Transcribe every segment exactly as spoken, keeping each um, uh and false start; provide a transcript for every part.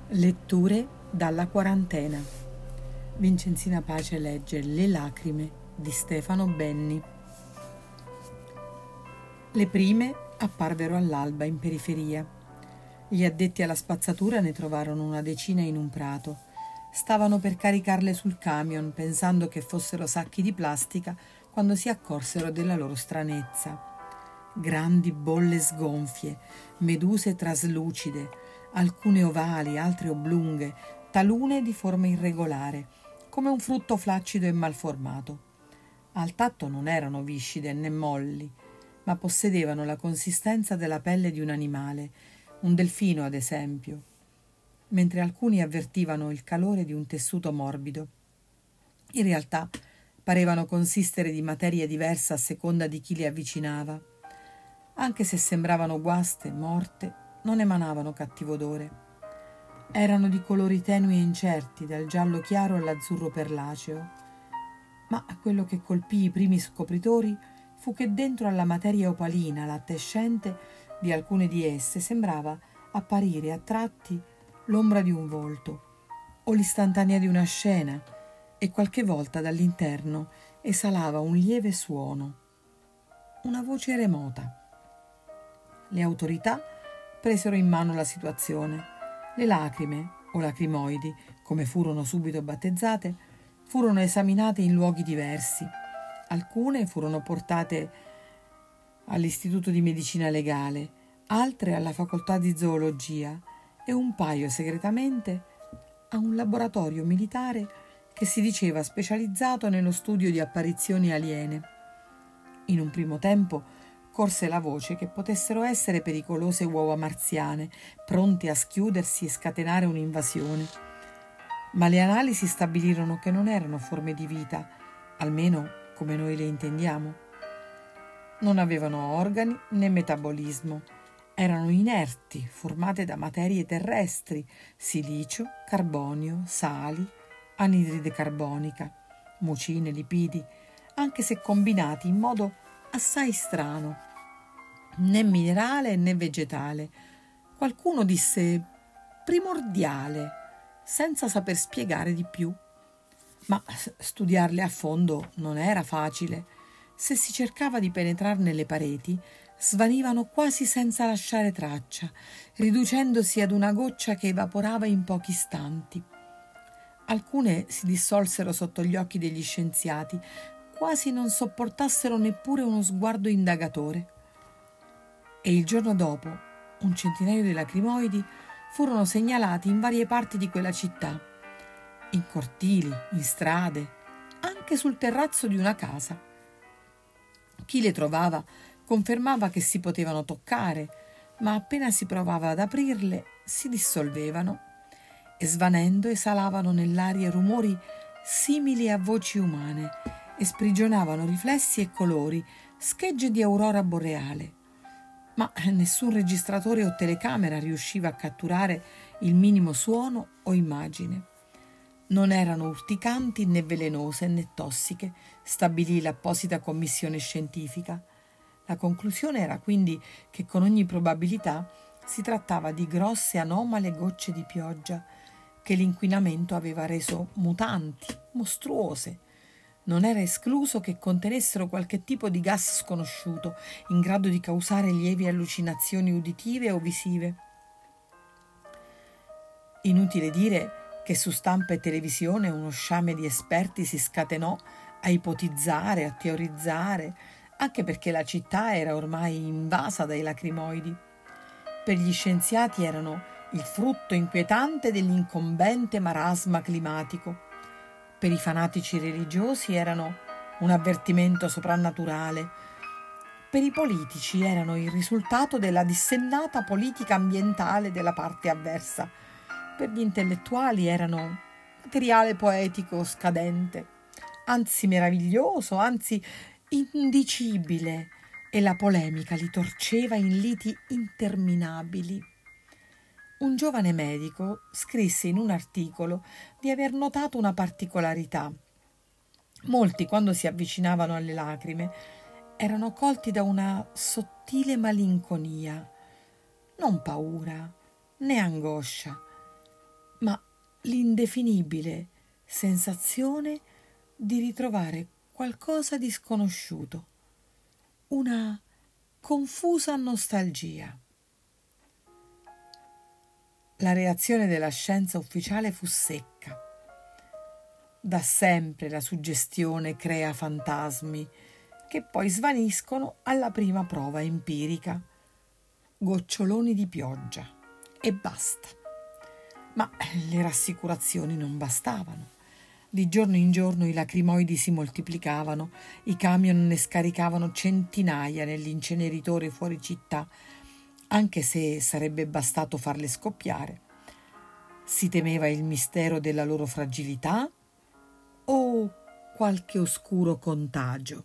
Letture dalla quarantena. Vincenzina Pace legge Le lacrime di Stefano Benni. Le prime apparvero all'alba in periferia. Gli addetti alla spazzatura ne trovarono una decina in un prato. Stavano per caricarle sul camion, pensando che fossero sacchi di plastica, quando si accorsero della loro stranezza. Grandi bolle sgonfie, meduse traslucide, alcune ovali, altre oblunghe, talune di forma irregolare, come un frutto flaccido e malformato. Al tatto non erano viscide né molli, ma possedevano la consistenza della pelle di un animale, un delfino ad esempio, mentre alcuni avvertivano il calore di un tessuto morbido. In realtà parevano consistere di materia diversa a seconda di chi le avvicinava. Anche se sembravano guaste, morte, non emanavano cattivo odore. Erano di colori tenui e incerti, dal giallo chiaro all'azzurro perlaceo. Ma quello che colpì i primi scopritori fu che dentro alla materia opalina, lattescente di alcune di esse, sembrava apparire a tratti l'ombra di un volto o l'istantanea di una scena, e qualche volta dall'interno esalava un lieve suono, una voce remota. Le autorità presero in mano la situazione. Le lacrime, o lacrimoidi, come furono subito battezzate, furono esaminate in luoghi diversi. Alcune furono portate all'Istituto di Medicina Legale, altre alla Facoltà di Zoologia e un paio segretamente a un laboratorio militare che si diceva specializzato nello studio di apparizioni aliene. In un primo tempo corse la voce che potessero essere pericolose uova marziane, pronte a schiudersi e scatenare un'invasione. Ma le analisi stabilirono che non erano forme di vita, almeno come noi le intendiamo. Non avevano organi né metabolismo. Erano inerti, formate da materie terrestri, silicio, carbonio, sali, anidride carbonica, mucine, lipidi, anche se combinati in modo assai strano. Né minerale né vegetale. Qualcuno disse primordiale, senza saper spiegare di più. Ma studiarle a fondo non era facile. Se si cercava di penetrare nelle pareti, svanivano quasi senza lasciare traccia, riducendosi ad una goccia che evaporava in pochi istanti. Alcune si dissolsero sotto gli occhi degli scienziati, quasi non sopportassero neppure uno sguardo indagatore. E il giorno dopo un centinaio di lacrimoidi furono segnalati in varie parti di quella città, in cortili, in strade, anche sul terrazzo di una casa. Chi le trovava confermava che si potevano toccare, ma appena si provava ad aprirle si dissolvevano e svanendo esalavano nell'aria rumori simili a voci umane e sprigionavano riflessi e colori, schegge di aurora boreale. Ma nessun registratore o telecamera riusciva a catturare il minimo suono o immagine. Non erano urticanti né velenose né tossiche, stabilì l'apposita commissione scientifica. La conclusione era quindi che con ogni probabilità si trattava di grosse anomale gocce di pioggia che l'inquinamento aveva reso mutanti, mostruose. Non era escluso che contenessero qualche tipo di gas sconosciuto, in grado di causare lievi allucinazioni uditive o visive. Inutile dire che su stampa e televisione uno sciame di esperti si scatenò a ipotizzare, a teorizzare, anche perché la città era ormai invasa dai lacrimoidi. Per gli scienziati erano il frutto inquietante dell'incombente marasma climatico. Per i fanatici religiosi erano un avvertimento soprannaturale. Per i politici erano il risultato della dissennata politica ambientale della parte avversa. Per gli intellettuali erano materiale poetico scadente, anzi meraviglioso, anzi indicibile, e la polemica li torceva in liti interminabili. Un giovane medico scrisse in un articolo di aver notato una particolarità. Molti, quando si avvicinavano alle lacrime, erano colti da una sottile malinconia, non paura né angoscia, ma l'indefinibile sensazione di ritrovare qualcosa di sconosciuto, una confusa nostalgia. La reazione della scienza ufficiale fu secca. Da sempre la suggestione crea fantasmi che poi svaniscono alla prima prova empirica. Goccioloni di pioggia e basta. Ma le rassicurazioni non bastavano. Di giorno in giorno i lacrimoidi si moltiplicavano, i camion ne scaricavano centinaia nell'inceneritore fuori città, anche se sarebbe bastato farle scoppiare. Si temeva il mistero della loro fragilità o qualche oscuro contagio.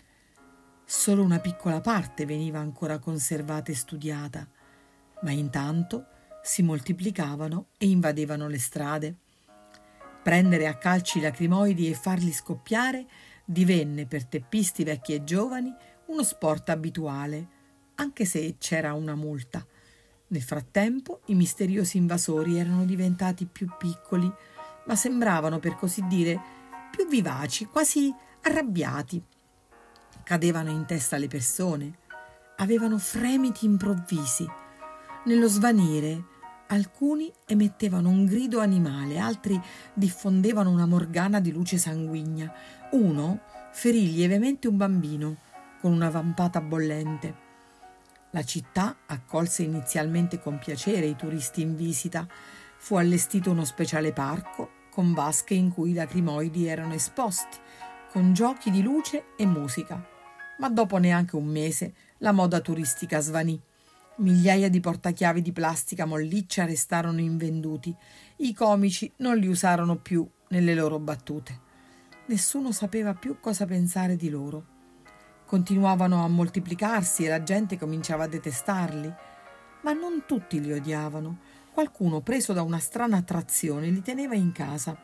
Solo una piccola parte veniva ancora conservata e studiata, ma intanto si moltiplicavano e invadevano le strade. Prendere a calci i lacrimoidi e farli scoppiare divenne per teppisti vecchi e giovani uno sport abituale, anche se c'era una multa. Nel frattempo i misteriosi invasori erano diventati più piccoli, ma sembravano, per così dire, più vivaci, quasi arrabbiati. Cadevano in testa alle persone, avevano fremiti improvvisi. Nello svanire alcuni emettevano un grido animale, altri diffondevano una morgana di luce sanguigna. Uno ferì lievemente un bambino con una vampata bollente. La città accolse inizialmente con piacere i turisti in visita. Fu allestito uno speciale parco con vasche in cui i lacrimoidi erano esposti, con giochi di luce e musica. Ma dopo neanche un mese la moda turistica svanì. Migliaia di portachiavi di plastica molliccia restarono invenduti. I comici non li usarono più nelle loro battute. Nessuno sapeva più cosa pensare di loro. Continuavano a moltiplicarsi e la gente cominciava a detestarli. Ma non tutti li odiavano. Qualcuno, preso da una strana attrazione, li teneva in casa.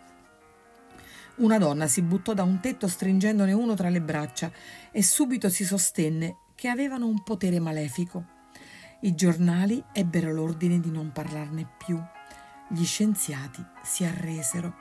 Una donna si buttò da un tetto stringendone uno tra le braccia e subito si sostenne che avevano un potere malefico. I giornali ebbero l'ordine di non parlarne più. Gli scienziati si arresero.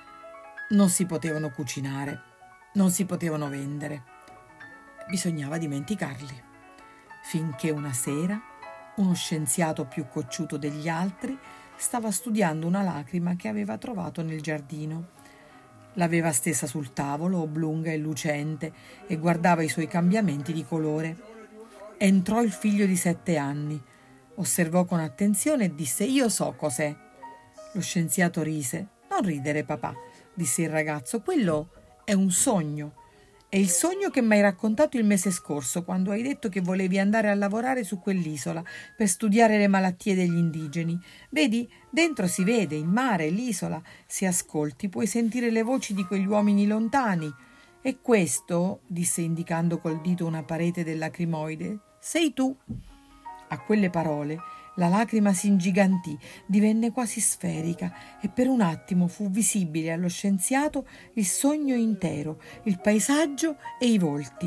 Non si potevano cucinare, non si potevano vendere. Bisognava dimenticarli. Finché una sera uno scienziato più cocciuto degli altri stava studiando una lacrima che aveva trovato nel giardino. L'aveva stesa sul tavolo, oblunga e lucente, e guardava i suoi cambiamenti di colore. Entrò il figlio di sette anni, osservò con attenzione e disse: «Io so cos'è». Lo scienziato rise. «Non ridere, papà», disse il ragazzo, «quello è un sogno. È il sogno che mi hai raccontato il mese scorso, quando hai detto che volevi andare a lavorare su quell'isola per studiare le malattie degli indigeni. Vedi, dentro si vede il mare, l'isola. Se ascolti puoi sentire le voci di quegli uomini lontani. E questo», disse indicando col dito una parete del lacrimoide, «sei tu». A quelle parole la lacrima si ingigantì, divenne quasi sferica e per un attimo fu visibile allo scienziato il sogno intero, il paesaggio e i volti.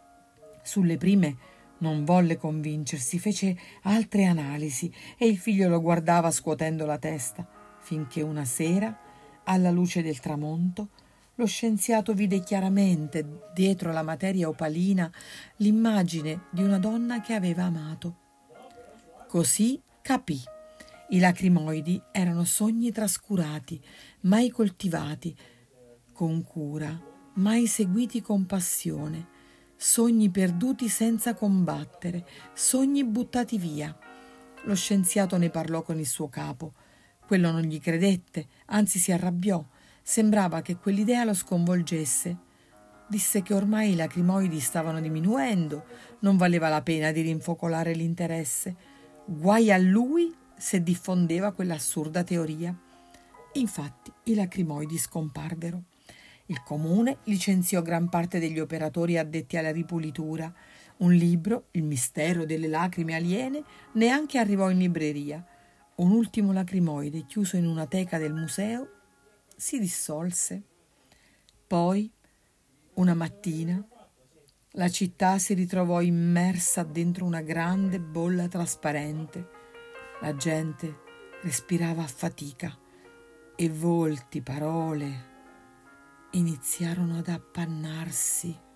Sulle prime non volle convincersi, fece altre analisi e il figlio lo guardava scuotendo la testa, finché una sera, alla luce del tramonto, lo scienziato vide chiaramente, dietro la materia opalina, l'immagine di una donna che aveva amato. Così capì. I lacrimoidi erano sogni trascurati, mai coltivati con cura, mai seguiti con passione, sogni perduti senza combattere, sogni buttati via. Lo scienziato ne parlò con il suo capo. Quello non gli credette, anzi si arrabbiò. Sembrava che quell'idea lo sconvolgesse. Disse che ormai i lacrimoidi stavano diminuendo, non valeva la pena di rinfocolare l'interesse. Guai a lui se diffondeva quell'assurda teoria. Infatti i lacrimoidi scomparvero. Il comune licenziò gran parte degli operatori addetti alla ripulitura. Un libro, Il mistero delle lacrime aliene, neanche arrivò in libreria. Un ultimo lacrimoide chiuso in una teca del museo si dissolse. Poi, una mattina, la città si ritrovò immersa dentro una grande bolla trasparente. La gente respirava a fatica, e volti, parole iniziarono ad appannarsi